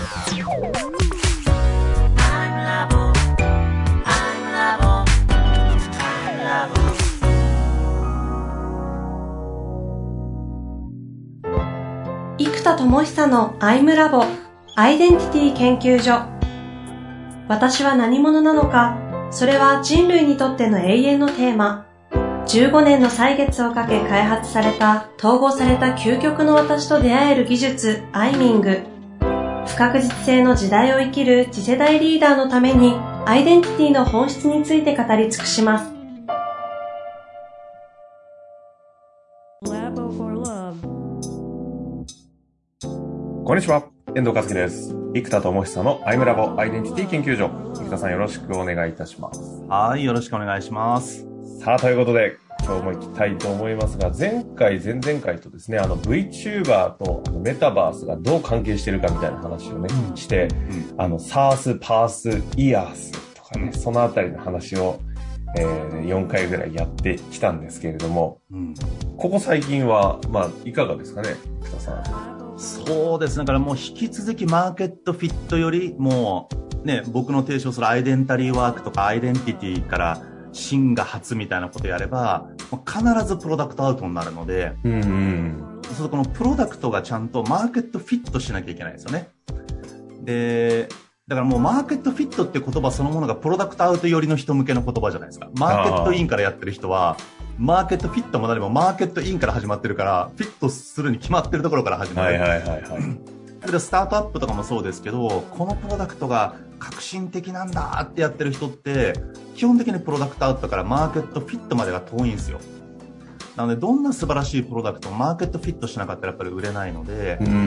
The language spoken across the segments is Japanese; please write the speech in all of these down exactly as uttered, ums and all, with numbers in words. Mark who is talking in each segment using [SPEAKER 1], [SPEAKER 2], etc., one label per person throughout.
[SPEAKER 1] 生田智久のアイムラボアイデンティティ研究所。私は何者なのか、それは人類にとっての永遠のテーマ。じゅうごねんの歳月をかけ開発された統合された究極の私と出会える技術アイミング。不確実性の時代を生きる次世代リーダーのためにアイデンティティの本質について語り尽くします。
[SPEAKER 2] こんにちは、遠藤和樹です。生田智久のアイムラボアイデンティティ研究所。生田さん、よろしくお願いいたします。
[SPEAKER 3] はい、よろしくお願いします。
[SPEAKER 2] さあ、ということで今日も行きたいと思いますが、前回前々回とですね、あの VTuber とあのメタバースがどう関係しているかみたいな話をね、うん、して、うん、あの SARS、PARS、イヤースとかね、そのあたりの話を、えー、よんかいぐらいやってきたんですけれども、うん、ここ最近はまあいかがですかね、生田さん。
[SPEAKER 3] そうですね。だからもう引き続きマーケットフィットよりもね、僕の提唱するアイデンタリーワークとかアイデンティティから真が初みたいなことをやれば必ずプロダクトアウトになるので、うんうん、そうするとこのプロダクトがちゃんとマーケットフィットしなきゃいけないですよね。で、だからもうマーケットフィットっていう言葉そのものがプロダクトアウト寄りの人向けの言葉じゃないですか。マーケットインからやってる人はマーケットフィットも何もマーケットインから始まってるから、フィットするに決まってるところから始まる。はいはいはいはい。だけどスタートアップとかもそうですけど、このプロダクトが革新的なんだってやってる人って、基本的にプロダクトアウトからマーケットフィットまでが遠いんですよ。なので、どんな素晴らしいプロダクトもマーケットフィットしなかったらやっぱり売れないので、うんうんうん、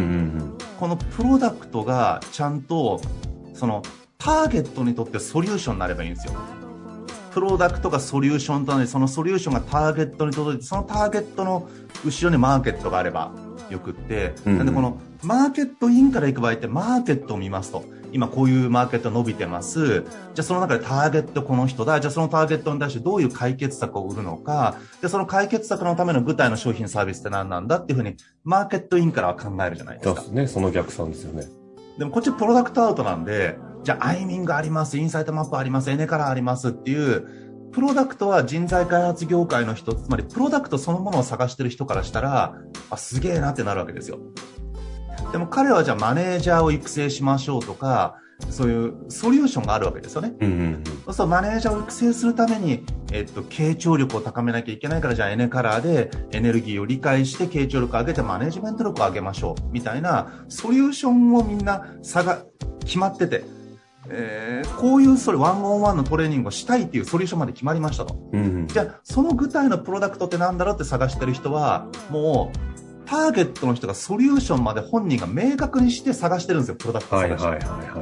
[SPEAKER 3] このプロダクトがちゃんと、そのターゲットにとってソリューションになればいいんですよ。プロダクトがソリューションとなり、そのソリューションがターゲットに届いて、そのターゲットの後ろにマーケットがあればよくって、うん、なんでこのマーケットインから行く場合ってマーケットを見ますと、今こういうマーケット伸びてます。じゃあその中でターゲットこの人だ。じゃあそのターゲットに対してどういう解決策を売るのか。で、その解決策のための具体の商品サービスって何なんだっていうふうにマーケットインからは考えるじゃないですか。
[SPEAKER 2] そうですね。その逆算ですよね。で
[SPEAKER 3] もこっちプロダクトアウトなんで、じゃあアイミングあります、インサイトマップあります、エネカラーありますっていう、プロダクトは人材開発業界の人、つまりプロダクトそのものを探してる人からしたら、あ、すげえなってなるわけですよ。でも彼はじゃあマネージャーを育成しましょうとか、そういうソリューションがあるわけですよね。うんうんうん、そうするとマネージャーを育成するために、えっと、傾聴力を高めなきゃいけないから、じゃあエネカラーでエネルギーを理解して傾聴力を上げてマネジメント力を上げましょうみたいなソリューションをみんな差が決まってて、えー、こういうそれワンオンワンのトレーニングをしたいっていうソリューションまで決まりましたと、うんうん、じゃあその具体のプロダクトってなんだろうって探してる人はもうターゲットの人がソリューションまで本人が明確にして探してるんですよ、プロダクトを探して、はいはいはいはい、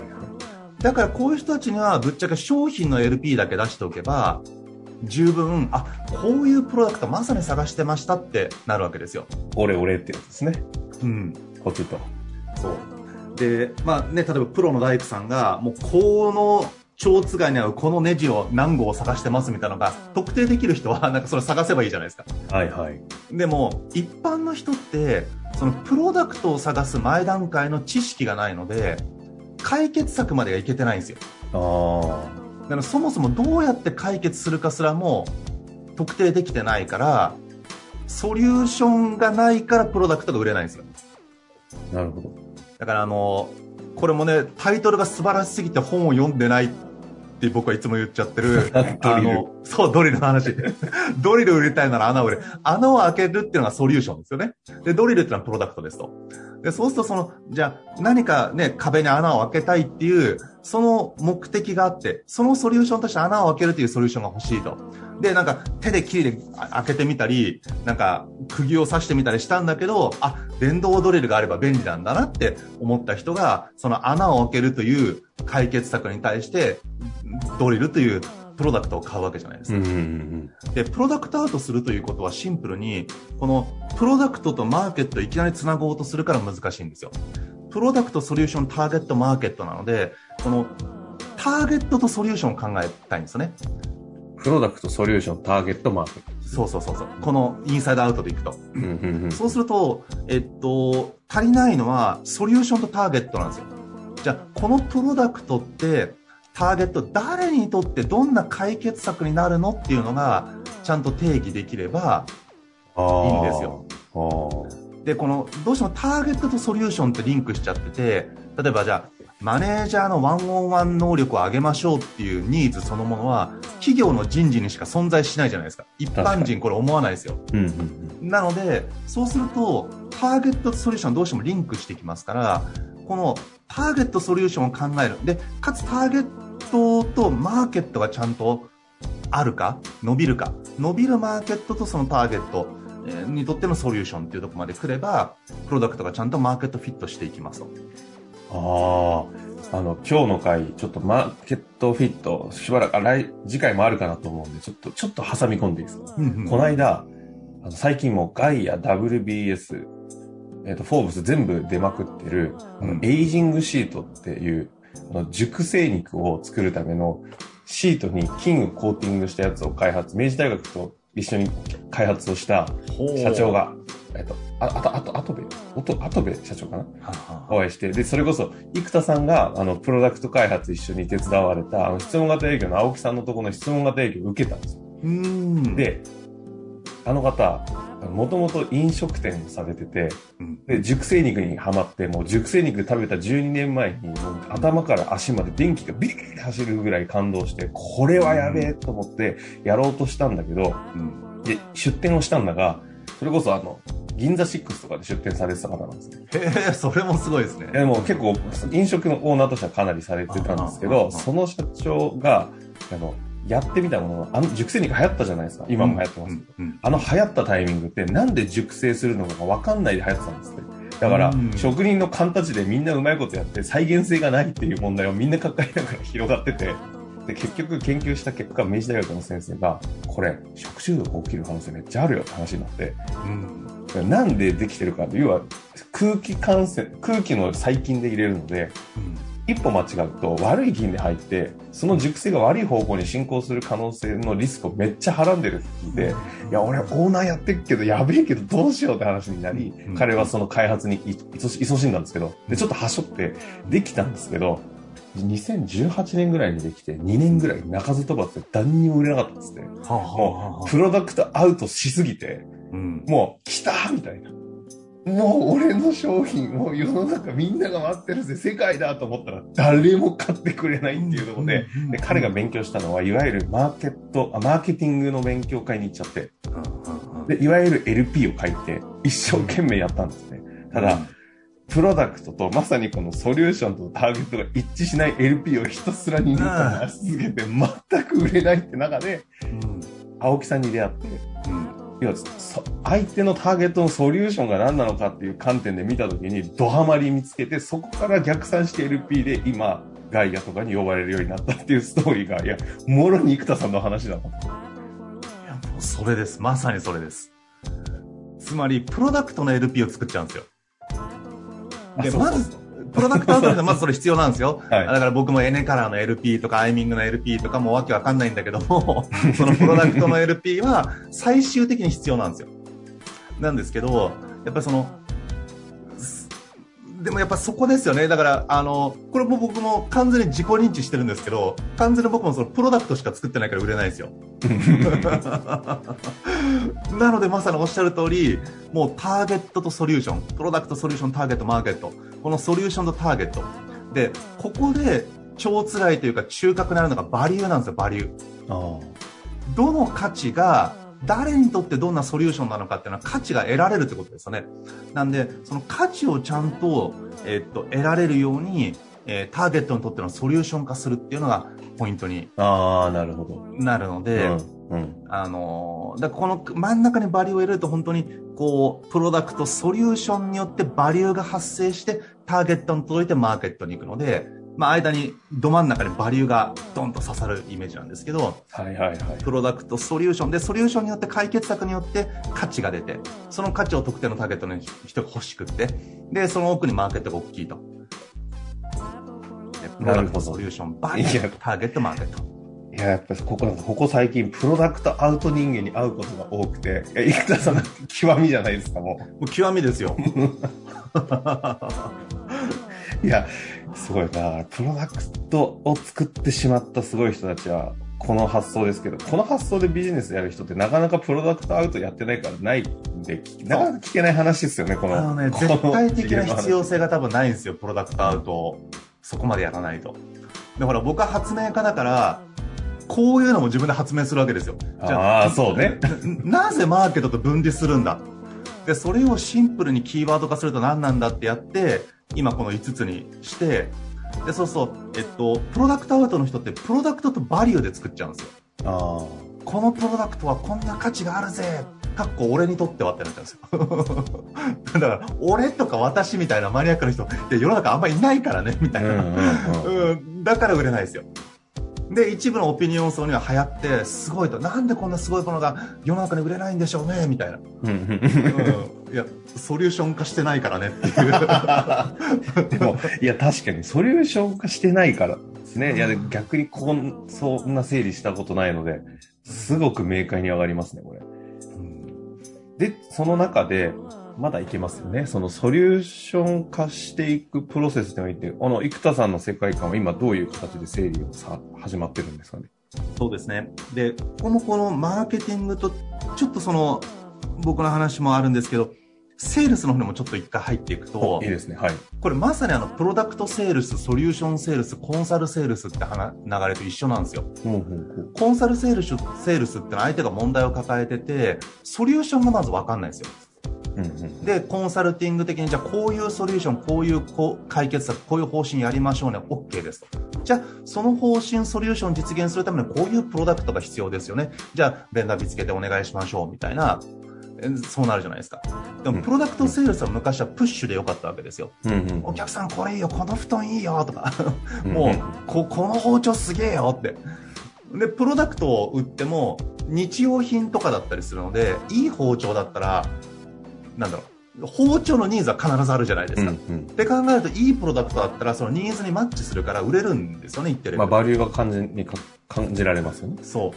[SPEAKER 3] だからこういう人たちにはぶっちゃけ商品の エルピー だけ出しておけば十分、あ、こういうプロダクトまさに探してましたってなるわけですよ。
[SPEAKER 2] 俺俺ってやつですね。うん。ポチッと。
[SPEAKER 3] そう。で、まあね、例えばプロの大工さんがもうこの蝶つがいに合うこのネジを何号を探してますみたいなのが特定できる人はなんかそれ探せばいいじゃないですか。はいはい。でも一般の人ってそのプロダクトを探す前段階の知識がないので解決策までがいけてないんですよ。ああ。だからそもそもどうやって解決するかすらも特定できてないからソリューションがないからプロダクトが売れないんですよ。
[SPEAKER 2] なるほど。
[SPEAKER 3] だからあのこれもねタイトルが素晴らしすぎて本を読んでないって僕はいつも言っちゃってるあのそうドリルの話ドリル売りたいなら穴を売れ穴を開けるっていうのがソリューションですよね。でドリルっていうのはプロダクトですと。でそうするとそのじゃあ何かね壁に穴を開けたいっていうその目的があってそのソリューションとして穴を開けるというソリューションが欲しいと。でなんか手でキーで開けてみたりなんか釘を刺してみたりしたんだけどあ電動ドリルがあれば便利なんだなって思った人がその穴を開けるという解決策に対してドリルというプロダクトを買うわけじゃないですか、うんうんうん、でプロダクトアウトするということはシンプルにこのプロダクトとマーケットをいきなりつなごうとするから難しいんですよ。プロダクトソリューションターゲットマーケットなのでこのターゲットとソリューションを考えたいんですよね。
[SPEAKER 2] プロダクトソリューションターゲットマーケット。
[SPEAKER 3] そうそうそうそう。このインサイドアウトでいくと、うんうんうん、そうするとえっと足りないのはソリューションとターゲットなんですよ。 じゃあこのプロダクトってターゲット誰にとってどんな解決策になるのっていうのがちゃんと定義できればいいんですよ。でこのどうしてもターゲットとソリューションってリンクしちゃってて、例えばじゃあマネージャーのワンオンワン能力を上げましょうっていうニーズそのものは企業の人事にしか存在しないじゃないですか。一般人これ思わないですよ、うんうんうん、なのでそうするとターゲットとソリューションどうしてもリンクしてきますから、このターゲットソリューションを考える。でかつターゲットとマーケットがちゃんとあるか伸びるか、伸びるマーケットとそのターゲットにとってのソリューションっていうところまで来ればプロダクトがちゃんとマーケットフィットしていきますと。
[SPEAKER 2] ああ、あの今日の回ちょっとマーケットフィットしばらく来次回もあるかなと思うんでちょっとちょっと挟み込んでいいですか、うんうん、この間あの最近もガイア ダブリュービーエス、えーと、フォーブス全部出まくってる、うん、あのエイジングシートっていうあの熟成肉を作るためのシートに金をコーティングしたやつを開発、明治大学と一緒に開発をした社長がえっと、あ、あと、あと、あとべ、おと、あとべ社長かな、ははお会いして、で、それこそ、生田さんが、あの、プロダクト開発一緒に手伝われた、あの、質問型営業の青木さんのところの質問型営業を受けたんですよ。うーんで、あの方、もともと飲食店をされてて、で、熟成肉にハマって、もう熟成肉食べたじゅうにねんまえに、もう頭から足まで電気がビリビリ走るぐらい感動して、これはやべえと思ってやろうとしたんだけど、うん、で、出店をしたんだが、それこそあの、銀座シックスとかで出店されてた方なんですね。
[SPEAKER 3] へえ、それもすごいですね。
[SPEAKER 2] でも結構飲食のオーナーとしてはかなりされてたんですけど、その社長があのやってみたものの、あの熟成肉流行ったじゃないですか。今も流行ってますけど、うんうんうん、あの流行ったタイミングってなんで熟成するのか分かんないで流行ってたんですね。だから、うん、職人の勘たちでみんなうまいことやって再現性がないっていう問題をみんな抱えながら広がってて、で結局研究した結果、明治大学の先生がこれ食中毒起きる可能性めっちゃあるよって話になって、うん、なんでできてるかって、要は空気感染、空気の細菌で入れるので、うん、一歩間違うと悪い菌で入ってその熟成が悪い方向に進行する可能性のリスクをめっちゃはらんでるって聞いて、うん、いや俺オーナーやってるけどやべえけどどうしようって話になり、うん、彼はその開発にいそし勤しんだんですけど、でちょっとはしょってできたんですけど、にせんじゅうはちねんぐらいにできてにねんぐらい鳴かず飛ばずで何にも売れなかったんですね。はあはあ、もうプロダクトアウトしすぎて、うん、もう来たみたいな。もう俺の商品、もう世の中みんなが待ってるぜ、世界だと思ったら誰も買ってくれないっていうところ で,、うんうんうん、で彼が勉強したのはいわゆるマーケット、マーケティングの勉強会に行っちゃって、でいわゆる エルピー を書いて一生懸命やったんですね。ただ、うんプロダクトとまさにこのソリューションとターゲットが一致しない エルピー をひたすらに回し続けて全く売れないって中で、うん、青木さんに出会って、うん、要は相手のターゲットのソリューションが何なのかっていう観点で見たときにドハマり見つけて、そこから逆算して エルピー で今ガイアとかに呼ばれるようになったっていうストーリーが、いやもろに生田さんの話だな。い
[SPEAKER 3] やもうそれです、まさにそれです。つまりプロダクトの エルピー を作っちゃうんですよ。でまずプロダクトアウトでまずそれ必要なんですよ、はい、だから僕もエネカラーの エルピー とかアイミングの エルピー とかもわけわかんないんだけどもそのプロダクトの エルピー は最終的に必要なんですよ。なんですけどやっぱりそのでもやっぱそこですよね。だからあのこれも僕も完全に自己認知してるんですけど、完全に僕もそのプロダクトしか作ってないから売れないですよなのでまさにおっしゃる通り、もうターゲットとソリューション、プロダクトソリューションターゲットマーケット、このソリューションとターゲットで、ここで超つらいというか中核になるのがバリューなんですよ。バリュー。あどの価値が誰にとってどんなソリューションなのかっていうのは価値が得られるってことですよね。なんでその価値をちゃんと、えー、っと得られるように、えー、ターゲットにとってのソリューション化するっていうのがポイントに
[SPEAKER 2] あーなるほど
[SPEAKER 3] なるので、うんうん、あのー、だからこの真ん中にバリューを入れると本当にこうプロダクトソリューションによってバリューが発生してターゲットに届いてマーケットに行くので、まあ、間にど真ん中にバリューがドンと刺さるイメージなんですけど、はいはいはい、プロダクトソリューションでソリューションによって解決策によって価値が出て、その価値を特定のターゲットの人が欲しくって、でその奥にマーケットが大きいと。プロダクトソリューションバリューターゲットマーケット。
[SPEAKER 2] いややっぱりここここ最近プロダクトアウト人間に会うことが多くて、生田さんの極みじゃないですか。もう
[SPEAKER 3] もう極みですよ
[SPEAKER 2] いやすごいな。プロダクトを作ってしまったすごい人たちは、この発想ですけど、この発想でビジネスやる人ってなかなかプロダクトアウトやってないからないんで、なかなか聞けない話ですよね、この。
[SPEAKER 3] あのね、絶対的な必要性が多分ないんですよ、プロダクトアウトを。そこまでやらないと。だから僕は発明家だから、こういうのも自分で発明するわけですよ。
[SPEAKER 2] じゃあ、あそうね。
[SPEAKER 3] なぜマーケットと分離するんだ。で、それをシンプルにキーワード化すると何なんだってやって、今このいつつにして、で、そうそう、えっと、プロダクトアウトの人ってプロダクトとバリューで作っちゃうんですよ。あこのプロダクトはこんな価値があるぜ。かっこ俺にとってはってなっちゃうんですよ。だから、俺とか私みたいなマニアックな人って世の中あんまりいないからね、みたいな。うんうんうん、だから売れないですよ。で、一部のオピニオン層には流行って、すごいと、なんでこんなすごいものが世の中に売れないんでしょうね、みたいな。うん、いや、ソリューション化してないからねっていう。
[SPEAKER 2] でも、いや、確かにソリューション化してないからですね。いや、逆にこん、そんな整理したことないので、すごく明快に上がりますね、これ。うん、で、その中で、まだいけますよね。そのソリューション化していくプロセスにおいて、あの、生田さんの世界観は今どういう形で整理をさ、始まってるんですかね。
[SPEAKER 3] そうですね。で、この、このマーケティングと、ちょっとその、僕の話もあるんですけど、セールスの方にもちょっと一回入っていくと、
[SPEAKER 2] いいですね。はい。
[SPEAKER 3] これまさにあの、プロダクトセールス、ソリューションセールス、コンサルセールスって話流れと一緒なんですよ。うんうんうん、コンサルセールス、セールスってのは相手が問題を抱えてて、ソリューションがまずわかんないんですよ。うんうん、で、コンサルティング的に、じゃあこういうソリューション、こういうこう解決策、こういう方針やりましょうね、OK ですと。じゃあ、その方針、ソリューションを実現するためにこういうプロダクトが必要ですよね。じゃあ、ベンダー見つけてお願いしましょう、みたいな、そうなるじゃないですか。でも、プロダクトセールスは昔はプッシュでよかったわけですよ。うんうん、お客さんこれいいよ、この布団いいよ、とか、もう、こ、この包丁すげえよって。で、プロダクトを売っても、日用品とかだったりするので、いい包丁だったら、なんだろう、包丁のニーズは必ずあるじゃないですか。うんうん、って考えると、いいプロダクトだったら、そのニーズにマッチするから売れるんですよね、言ってる。
[SPEAKER 2] まあ、バリューが感じにか感じられますよね。
[SPEAKER 3] そう。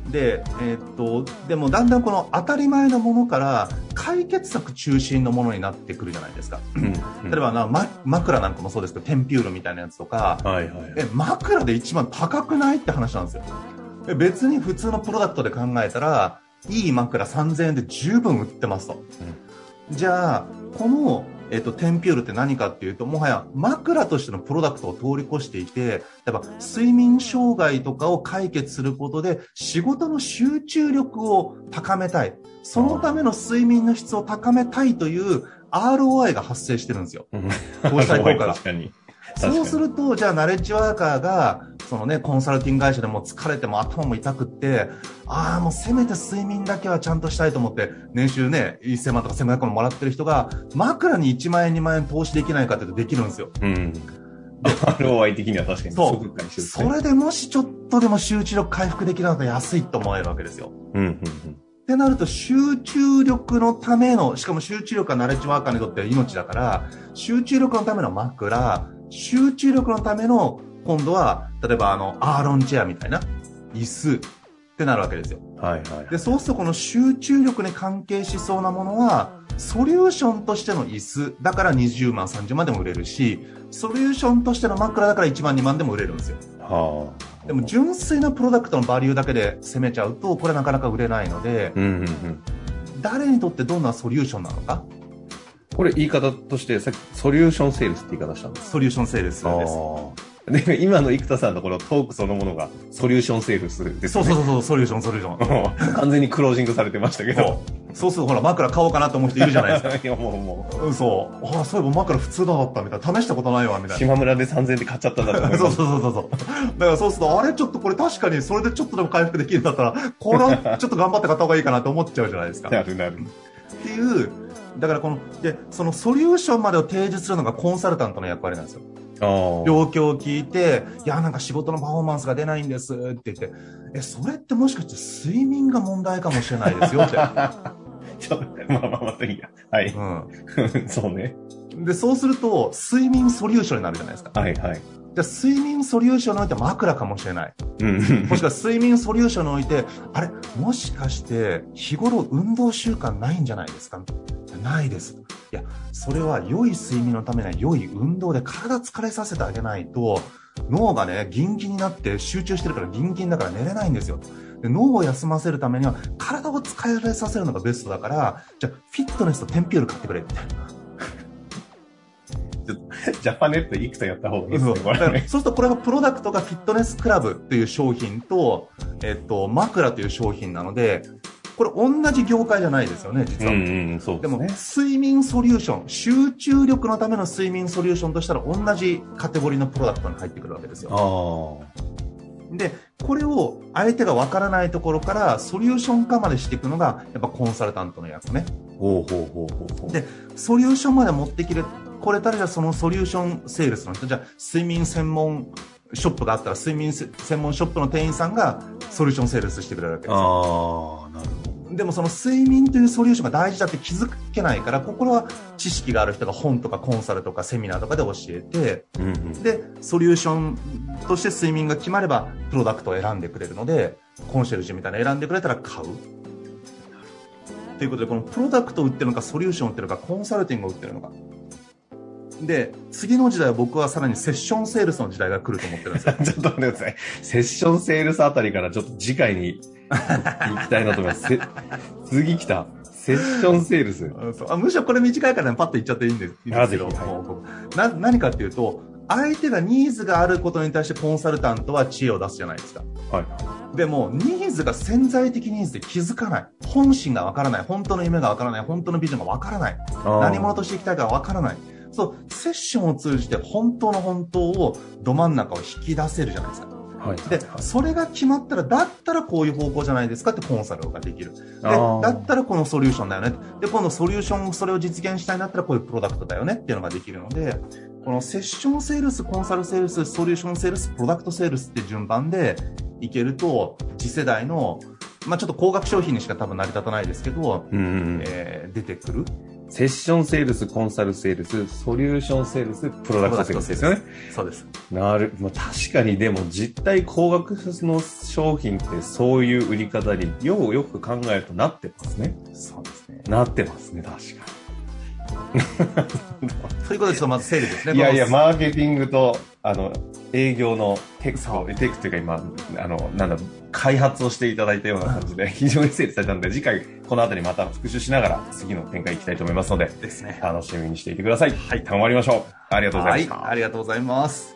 [SPEAKER 3] で、えー、っと、でもだんだんこの当たり前のものから解決策中心のものになってくるじゃないですか。うんうん、例えばな、ま、枕なんかもそうですけど、テンピュールみたいなやつとか、はいはいはい、え枕で一番高くないって話なんですよ。別に普通のプロダクトで考えたら、いい枕さんぜんえんで十分売ってますと。うん、じゃあ、この、えっと、テンピュールって何かっていうと、もはや枕としてのプロダクトを通り越していて、例えば睡眠障害とかを解決することで仕事の集中力を高めたい。そのための睡眠の質を高めたいという アールオーアイ が発生してるんですよ。こうした効果が。確かに。そうすると、じゃあ、ナレッジワーカーが、そのね、コンサルティング会社でも疲れても頭も痛くって、ああ、もうせめて睡眠だけはちゃんとしたいと思って、年収ね、せんまんとかせんごひゃくまんもらってる人が、枕にいちまんえんにまんえん投資できないかって言うとできるんですよ。うん。
[SPEAKER 2] アールオーアイ 的には確かに
[SPEAKER 3] そう。それでもしちょっとでも集中力回復できるのが安いと思えるわけですよ。うん、うん、うん。ってなると、集中力のための、しかも集中力はナレッジワーカーにとって命だから、集中力のための枕、集中力のための、今度は、例えばあの、アーロンチェアみたいな、椅子ってなるわけですよ。はいはい。で、そうするとこの集中力に関係しそうなものは、ソリューションとしての椅子だからにじゅうまん、さんじゅうまんでも売れるし、ソリューションとしての枕だからいちまん、にまんでも売れるんですよ。はあ。でも純粋なプロダクトのバリューだけで攻めちゃうと、これなかなか売れないので、うんうんうん、誰にとってどんなソリューションなのか。
[SPEAKER 2] これ言い方として、さっきソリューションセールスって言い方したんですか？
[SPEAKER 3] ソリューションセールスです。
[SPEAKER 2] で、今の生田さんのこのトークそのものがソリューションセールスですね。
[SPEAKER 3] そうそうそう、ソリューション、ソリューション。
[SPEAKER 2] 完全にクロージングされてましたけど。
[SPEAKER 3] そうするとほら、枕買おうかなと思う人いるじゃないですか。
[SPEAKER 2] いや、もうも
[SPEAKER 3] う。そう。ああ、そういえば枕普通だったみたいな。試したことないわ、みたいな。
[SPEAKER 2] 島村でさんぜんえんで買っちゃったんだと思います。
[SPEAKER 3] そうそうそうそう。だからそうすると、あれちょっとこれ確かにそれでちょっとでも回復できるんだったら、これはちょっと頑張って買った方がいいかなと思っちゃうじゃないですか。
[SPEAKER 2] なるなる。
[SPEAKER 3] っていう、だからこの、で、そのソリューションまでを提示するのがコンサルタントの役割なんですよ。状況を聞いて、いや、なんか仕事のパフォーマンスが出ないんですって言って、え、それってもしかして睡眠が問題かもしれないですよって。
[SPEAKER 2] ちょっと、まあまあまあいいや。はい。うん。そうね。
[SPEAKER 3] で、そうすると、睡眠ソリューションになるじゃないですか。
[SPEAKER 2] はいはい。
[SPEAKER 3] じゃあ、睡眠ソリューションにおいて枕かもしれない。うん。もしくは睡眠ソリューションにおいて、あれ、もしかして、日頃運動習慣ないんじゃないですか？ないです。 いや、それは良い睡眠のためには良い運動で体疲れさせてあげないと、脳がね、ギンギンになって集中してるからギンギンだから寝れないんですよ。で、脳を休ませるためには体を疲れさせるのがベストだから、じゃあフィットネスとテンピュール買ってくれみたいな。
[SPEAKER 2] ジャパネットいくつやった方がいいですね、これね。
[SPEAKER 3] そうするとこれがプロダクトがフィットネスクラブという商品と、えっと、枕という商品なので、これ同じ業界じゃないですよね、実は。うんうん、そうですね。でも、睡眠ソリューション、集中力のための睡眠ソリューションとしたら同じカテゴリーのプロダクトに入ってくるわけですよ。あで、これを相手がわからないところからソリューション化までしていくのが、やっぱコンサルタントのやつね。ほうほうほうほうほう。で、ソリューションまで持ってきる、これたらじゃあそのソリューションセールスの人、じゃあ睡眠専門ショップがあったら睡眠専門ショップの店員さんがソリューションセールスしてくれるわけですよ。ああ、なるほど。でもその睡眠というソリューションが大事だって気づけないから、ここは知識がある人が本とかコンサルとかセミナーとかで教えて、うんうん、で、ソリューションとして睡眠が決まればプロダクトを選んでくれるので、コンシェルジュみたいなの選んでくれたら買う。ということで、このプロダクトを売ってるのか、ソリューションを売ってるのか、コンサルティングを売ってるのか。で、次の時代は僕はさらにセッションセールスの時代が来ると思ってるんですよ。
[SPEAKER 2] ちょっと待ってください。セッションセールスあたりからちょっと次回に行きたいなと思います。次来た。セッションセールス。
[SPEAKER 3] そうあむしろこれ短いから、ね、パッと言っちゃっていいんですけど、はい、な何かっていうと、相手がニーズがあることに対してコンサルタントは知恵を出すじゃないですか。はい。でも、ニーズが潜在的ニーズで気づかない。本心がわからない。本当の夢がわからない。本当のビジョンがわからない。何者としていきたいかわからない。そう、セッションを通じて本当の本当をど真ん中を引き出せるじゃないですか。はい、で、それが決まったら、だったらこういう方向じゃないですかってコンサルができる。で、だったらこのソリューションだよね。で、今度ソリューション、それを実現したいんだったらこういうプロダクトだよねっていうのができるので、このセッションセールス、コンサルセールス、ソリューションセールス、プロダクトセールスって順番でいけると、次世代の、まあちょっと高額商品にしか多分成り立たないですけど、うんうん、えー、出てくる。
[SPEAKER 2] セッションセールス、コンサルセールス、ソリューションセールス、プロダクトセールスですよね。
[SPEAKER 3] そうです。
[SPEAKER 2] なる、まあ、確かにでも実態高額の商品ってそういう売り方によくよく考えるとなってますね。
[SPEAKER 3] そうですね。
[SPEAKER 2] なってますね、確か
[SPEAKER 3] に。ということで、まず整理ですね。
[SPEAKER 2] いやいや、マーケティングと、あの、営業のテクを、テクっていうか今、あの、なんだろう、開発をしていただいたような感じで、非常に整理されたので、次回、このあたりまた復習しながら、次の展開いきたいと思いますので、
[SPEAKER 3] ですね。
[SPEAKER 2] 楽しみにしていてください。はい、頑張りましょう。ありがとうございました。
[SPEAKER 3] はい、ありがとうございます。